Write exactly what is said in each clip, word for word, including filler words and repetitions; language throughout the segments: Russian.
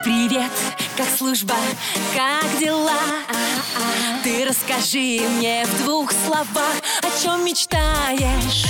Привет, как служба, как дела? А-а-а. Ты расскажи мне в двух словах, о чем мечтаешь,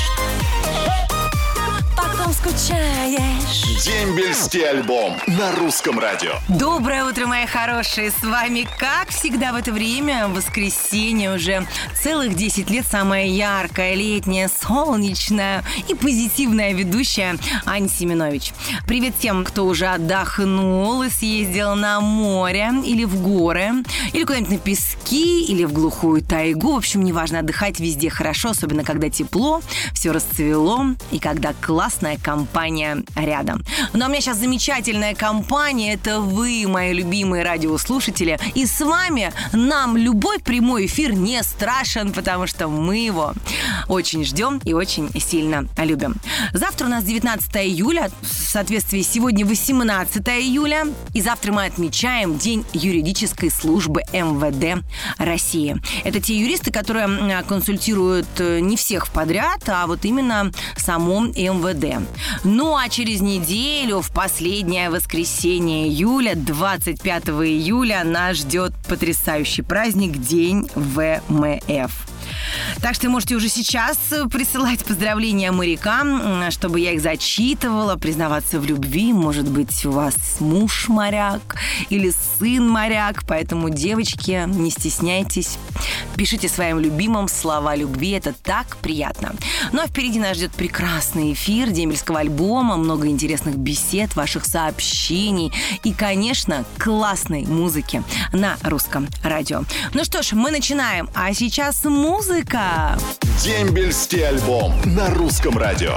потом скучаешь. Дембельский альбом на русском радио. Доброе утро, мои хорошие. С вами, как всегда, в это время, в воскресенье, уже целых десять лет, самая яркая, летняя, солнечная и позитивная ведущая Аня Семенович. Привет тем, кто уже отдохнул и съездил на море или в горы, или куда-нибудь на пески, или в глухую тайгу. В общем, неважно, отдыхать везде хорошо, особенно когда тепло, все расцвело и когда классная компания рядом. Но у меня сейчас замечательная компания. Это вы, мои любимые радиослушатели. И с вами нам любой прямой эфир не страшен, потому что мы его очень ждем и очень сильно любим. Завтра у нас девятнадцатое июля, в соответствии сегодня восемнадцатое июля. И завтра мы отмечаем День юридической службы эм вэ дэ России. Это те юристы, которые консультируют не всех подряд, а вот именно само эм вэ дэ. Ну а через неделю, в последнее воскресенье июля, двадцать пятого июля, нас ждет потрясающий праздник День вэ эм эф. Так что можете уже сейчас присылать поздравления морякам, чтобы я их зачитывала, признаваться в любви. Может быть, у вас муж моряк или сын моряк, поэтому, девочки, не стесняйтесь, пишите своим любимым слова любви, это так приятно. Ну а впереди нас ждет прекрасный эфир дембельского альбома, много интересных бесед, ваших сообщений и, конечно, классной музыки на русском радио. Ну что ж, мы начинаем, а сейчас музыка. Дембельский альбом на русском радио.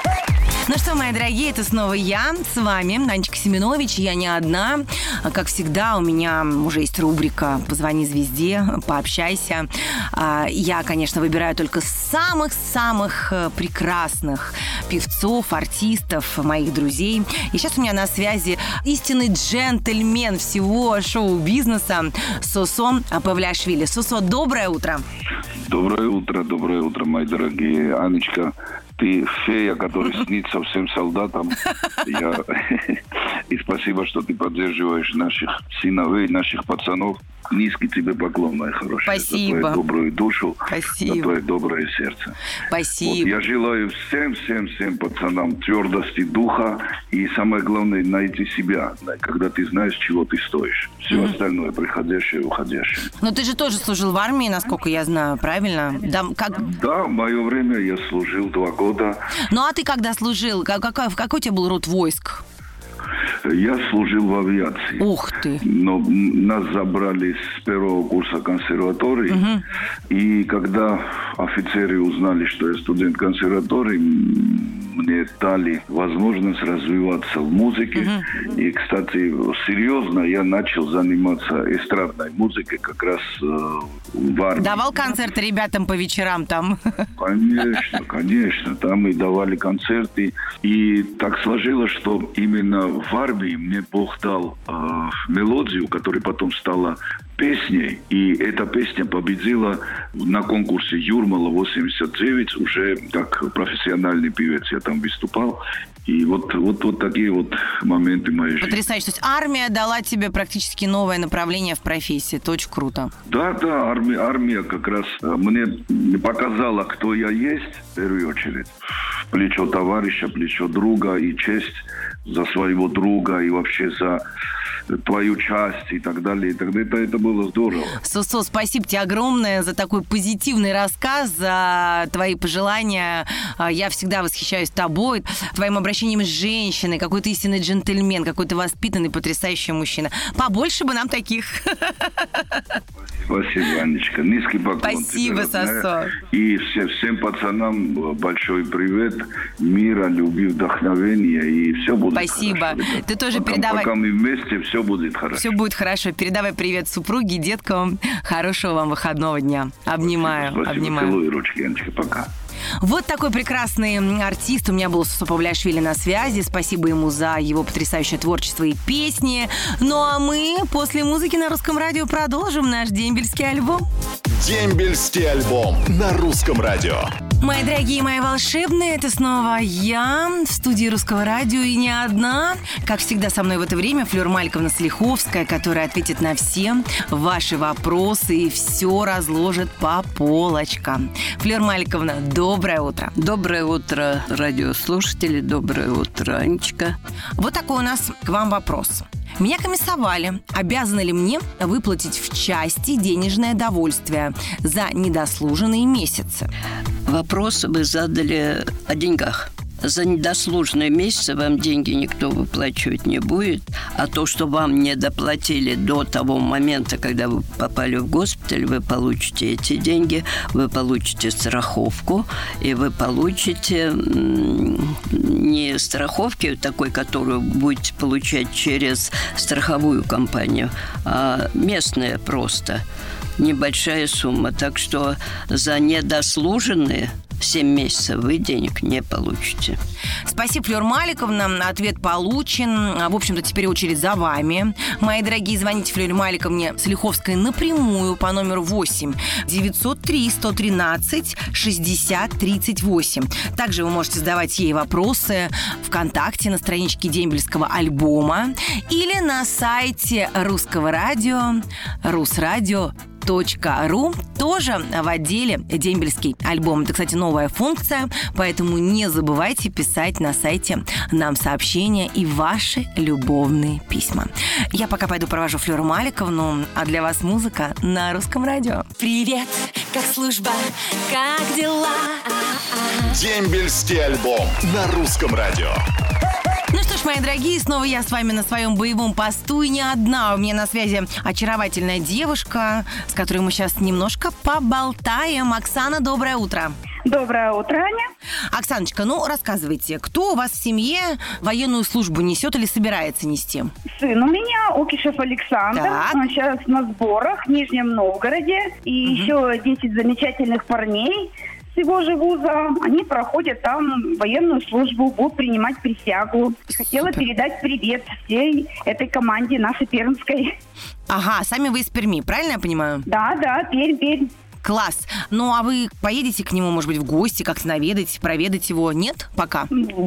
Ну что, мои дорогие, это снова я с вами, Анечка Семенович. Я не одна. Как всегда, у меня уже есть рубрика «Позвони звезде», «Пообщайся». Я, конечно, выбираю только самых-самых прекрасных певцов, артистов, моих друзей. И сейчас у меня на связи истинный джентльмен всего шоу-бизнеса Сосо Павлиашвили. Сосо, доброе утро. Доброе утро, доброе утро, мои дорогие. Анечка, ты фея, которая снится всем солдатам. Я... И спасибо, что ты поддерживаешь наших сыновей, наших пацанов. Низкий тебе поклон, моя хорошая. Спасибо. За твою добрую душу, Спасибо. За твое доброе сердце. Спасибо. Вот, я желаю всем-всем-всем пацанам твердости духа и, самое главное, найти себя, когда ты знаешь, чего ты стоишь. Все mm-hmm. остальное, приходящее и уходящее. Но ты же тоже служил в армии, насколько я знаю, правильно? Да, как... да, в мое время я служил два года. Ну, а ты когда служил? Какой, какой у тебя был род войск? Я служил в авиации. Ух ты! Но нас забрали с первого курса консерватории. Угу. И когда офицеры узнали, что я студент консерватории, мне дали возможность развиваться в музыке. Угу. И, кстати, серьезно, я начал заниматься эстрадной музыкой как раз э, в армии. Давал концерты ребятам по вечерам там? Конечно, конечно. Там и давали концерты. И так сложилось, что именно в армии мне Бог дал э, мелодию, которая потом стала песней. И эта песня победила на конкурсе Юрмала восемьдесят девять. Уже как профессиональный певец я там выступал. И вот, вот, вот такие вот моменты моей жизни. Потрясающе. То есть армия дала тебе практически новое направление в профессии. Это очень круто. Да, да. Армия, армия как раз мне показала, кто я есть, в первую очередь. Плечо товарища, плечо друга и честь за своего друга и вообще за твою часть и так далее. И так далее. Это, это было здорово. Сосо, спасибо тебе огромное за такой позитивный рассказ, за твои пожелания. Я всегда восхищаюсь тобой, твоим обращением с женщиной, какой ты истинный джентльмен, какой ты воспитанный, потрясающий мужчина. Побольше бы нам таких. Спасибо, Анечка. Низкий поклон. Спасибо, Сосо. И все, всем пацанам большой привет, мира, любви, вдохновения, и все будет Спасибо. хорошо. Спасибо. Ты тоже пока, передавай. Пока мы вместе, все будет хорошо. Все будет хорошо. Передавай привет супруге, деткам. Хорошего вам выходного дня. Обнимаю. Спасибо. Обнимаю. Целую ручки, Анечка. Пока. Вот такой прекрасный артист. У меня был Сосо Павлиашвили на связи. Спасибо ему за его потрясающее творчество и песни. Ну а мы после музыки на русском радио продолжим наш дембельский альбом. Дембельский альбом на русском радио. Мои дорогие, мои волшебные, это снова я в студии Русского радио, и не одна. Как всегда, со мной в это время Флёр Мальковна Слиховская, которая ответит на все ваши вопросы и все разложит по полочкам. Флёр Мальковна, доброе утро. Доброе утро, радиослушатели, доброе утро, Анечка. Вот такой у нас к вам вопрос. Меня комиссовали. Обязаны ли мне выплатить в части денежное довольствие за недослуженные месяцы? Вопрос вы задали о деньгах. За недослуженные месяцы вам деньги никто выплачивать не будет, а то, что вам не доплатили до того момента, когда вы попали в госпиталь, вы получите эти деньги, вы получите страховку, и вы получите не страховки такой, которую будете получать через страховую компанию, а местная просто небольшая сумма. Так что за недослуженные семь месяцев вы денег не получите. Спасибо, Флёр Маликовна. Ответ получен. В общем-то, теперь очередь за вами. Мои дорогие, звоните Флёре Маликовне Слиховской напрямую по номеру восемь девятьсот три сто тринадцать шестьдесят тридцать восемь. Также вы можете задавать ей вопросы ВКонтакте на страничке Дембельского альбома или на сайте Русского радио русрадио точка ру, тоже в отделе «Дембельский альбом». Это, кстати, новая функция, поэтому не забывайте писать на сайте нам сообщения и ваши любовные письма. Я пока пойду провожу Флёру Маликовну, а для вас музыка на Русском радио. Привет, как служба, как дела? Дембельский альбом на Русском радио. Ну что ж, мои дорогие, снова я с вами на своем боевом посту, и не одна. У меня на связи очаровательная девушка, с которой мы сейчас немножко поболтаем. Оксана, доброе утро. Доброе утро, Аня. Оксаночка, ну рассказывайте, кто у вас в семье военную службу несет или собирается нести? Сын у меня, Окишев Александр. Так. Он сейчас на сборах в Нижнем Новгороде. И угу. еще десять замечательных парней с его же вуза. Они проходят там военную службу, будут принимать присягу. Хотела Супер. передать привет всей этой команде нашей пермской. Ага, сами вы из Перми, правильно я понимаю? Да, да, Пермь, Пермь. Класс. Ну, а вы поедете к нему, может быть, в гости, как-то наведать, проведать его? Нет пока?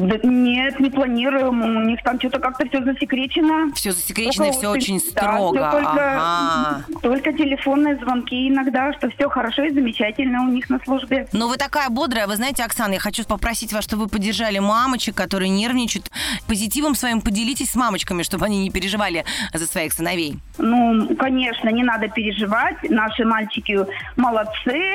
Нет, не планируем. У них там что-то как-то все засекречено. Все засекречено, только все вот, очень да, строго. Все только, ага. только телефонные звонки иногда, что все хорошо и замечательно у них на службе. Но вы такая бодрая. Вы знаете, Оксана, я хочу попросить вас, чтобы вы поддержали мамочек, которые нервничают. Позитивом своим поделитесь с мамочками, чтобы они не переживали за своих сыновей. Ну, конечно, не надо переживать. Наши мальчики молодцы.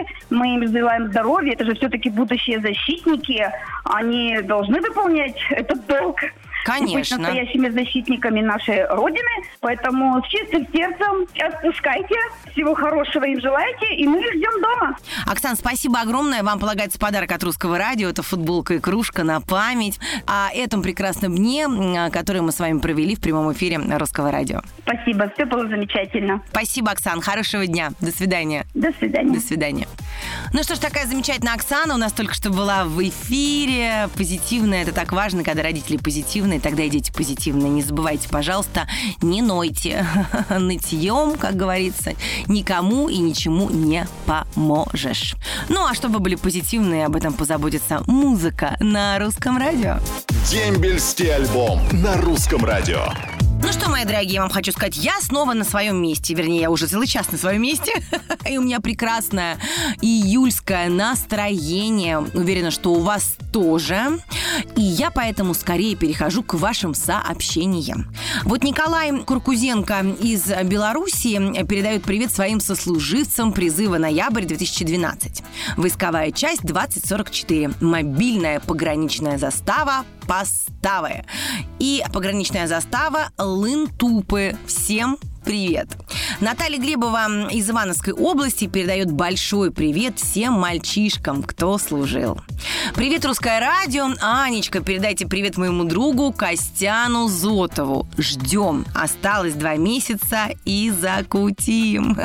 Мы им желаем здоровья. Это же все-таки будущие защитники. Они должны выполнять этот долг. Конечно. Быть настоящими защитниками нашей Родины. Поэтому с чистым сердцем отпускайте. Всего хорошего им желайте. И мы их ждем дома. Оксан, спасибо огромное. Вам полагается подарок от Русского радио. Это футболка и кружка на память о этом прекрасном дне, который мы с вами провели в прямом эфире Русского радио. Спасибо. Все было замечательно. Спасибо, Оксан. Хорошего дня. До свидания. До свидания. До свидания. Ну что ж, такая замечательная Оксана у нас только что была в эфире. Позитивная. Это так важно, когда родители позитивные. Тогда и дети позитивные. Не забывайте, пожалуйста, не нойте. Нытьем, как говорится, никому и ничему не поможешь. Ну, а чтобы были позитивные, об этом позаботится музыка на Русском радио. Дембельский альбом на Русском радио. Ну что, мои дорогие, я вам хочу сказать, я снова на своем месте. Вернее, я уже целый час на своем месте. И у меня прекрасное июльское настроение. Уверена, что у вас тоже. И я поэтому скорее перехожу к вашим сообщениям. Вот Николай Куркузенко из Белоруссии передает привет своим сослуживцам призыва ноябрь две тысячи двенадцать. Войсковая часть двадцать сорок четыре. Мобильная пограничная застава Поставы. И пограничная застава Лынтупы. Всем привет. Наталья Глебова из Ивановской области передает большой привет всем мальчишкам, кто служил. Привет, Русское радио. Анечка, передайте привет моему другу Костяну Зотову. Ждем. Осталось два месяца и закутим.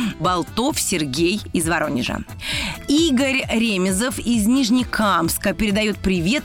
Болтов Сергей из Воронежа. Игорь Ремезов из Нижнекамска передает привет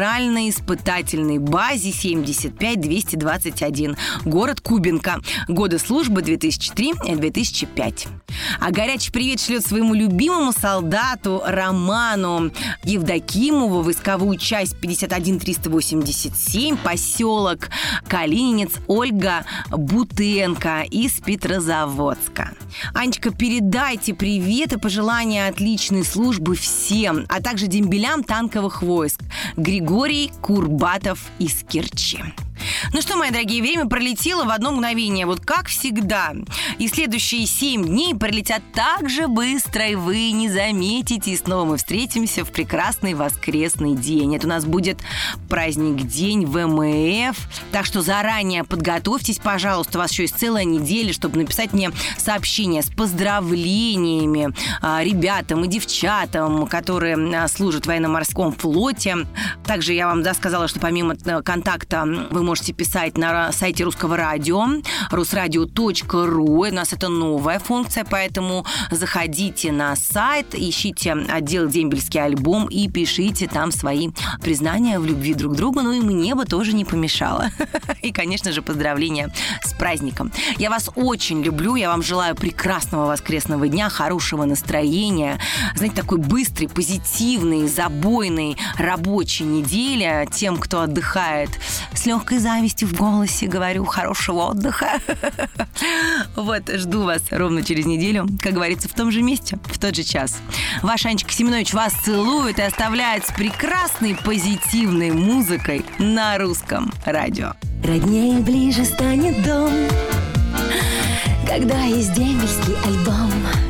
Центральной испытательной базе семьдесят пять двести двадцать один. Город Кубинка. Года годы службы две тысячи три - две тысячи пять. А горячий привет шлет своему любимому солдату Роману Евдокимову, войсковую часть пятьдесят один триста восемьдесят семь, поселок Калининец, Ольга Бутенко из Петрозаводска. Анечка, передайте привет и пожелания отличной службы всем, а также дембелям танковых войск. Григорий Курбатов из Керчи. Ну что, мои дорогие, время пролетело в одно мгновение, вот как всегда. И следующие семь дней пролетят так же быстро, и вы не заметите. И снова мы встретимся в прекрасный воскресный день. Это у нас будет праздник День ВМФ. Так что заранее подготовьтесь, пожалуйста. У вас еще есть целая неделя, чтобы написать мне сообщение с поздравлениями ребятам и девчатам, которые служат в военно-морском флоте. Также я вам да, сказала, что помимо контакта вы можете писать на сайте Русского радио, русрадио точка ру. У нас это новая функция, поэтому заходите на сайт, ищите отдел «Дембельский альбом» и пишите там свои признания в любви друг к другу. Ну и мне бы тоже не помешало. И, конечно же, поздравления с праздником. Я вас очень люблю, я вам желаю прекрасного воскресного дня, хорошего настроения, знаете, такой быстрой, позитивной, забойной рабочей недели. Тем, кто отдыхает, с легкой завистью в голосе говорю, хорошего отдыха. Вот, жду вас ровно через неделю, как говорится, в том же месте, в тот же час. Ваш Анечка Семенович вас целует и оставляет с прекрасной позитивной музыкой на Русском радио. Роднее ближе станет дом, когда есть дембельский альбом.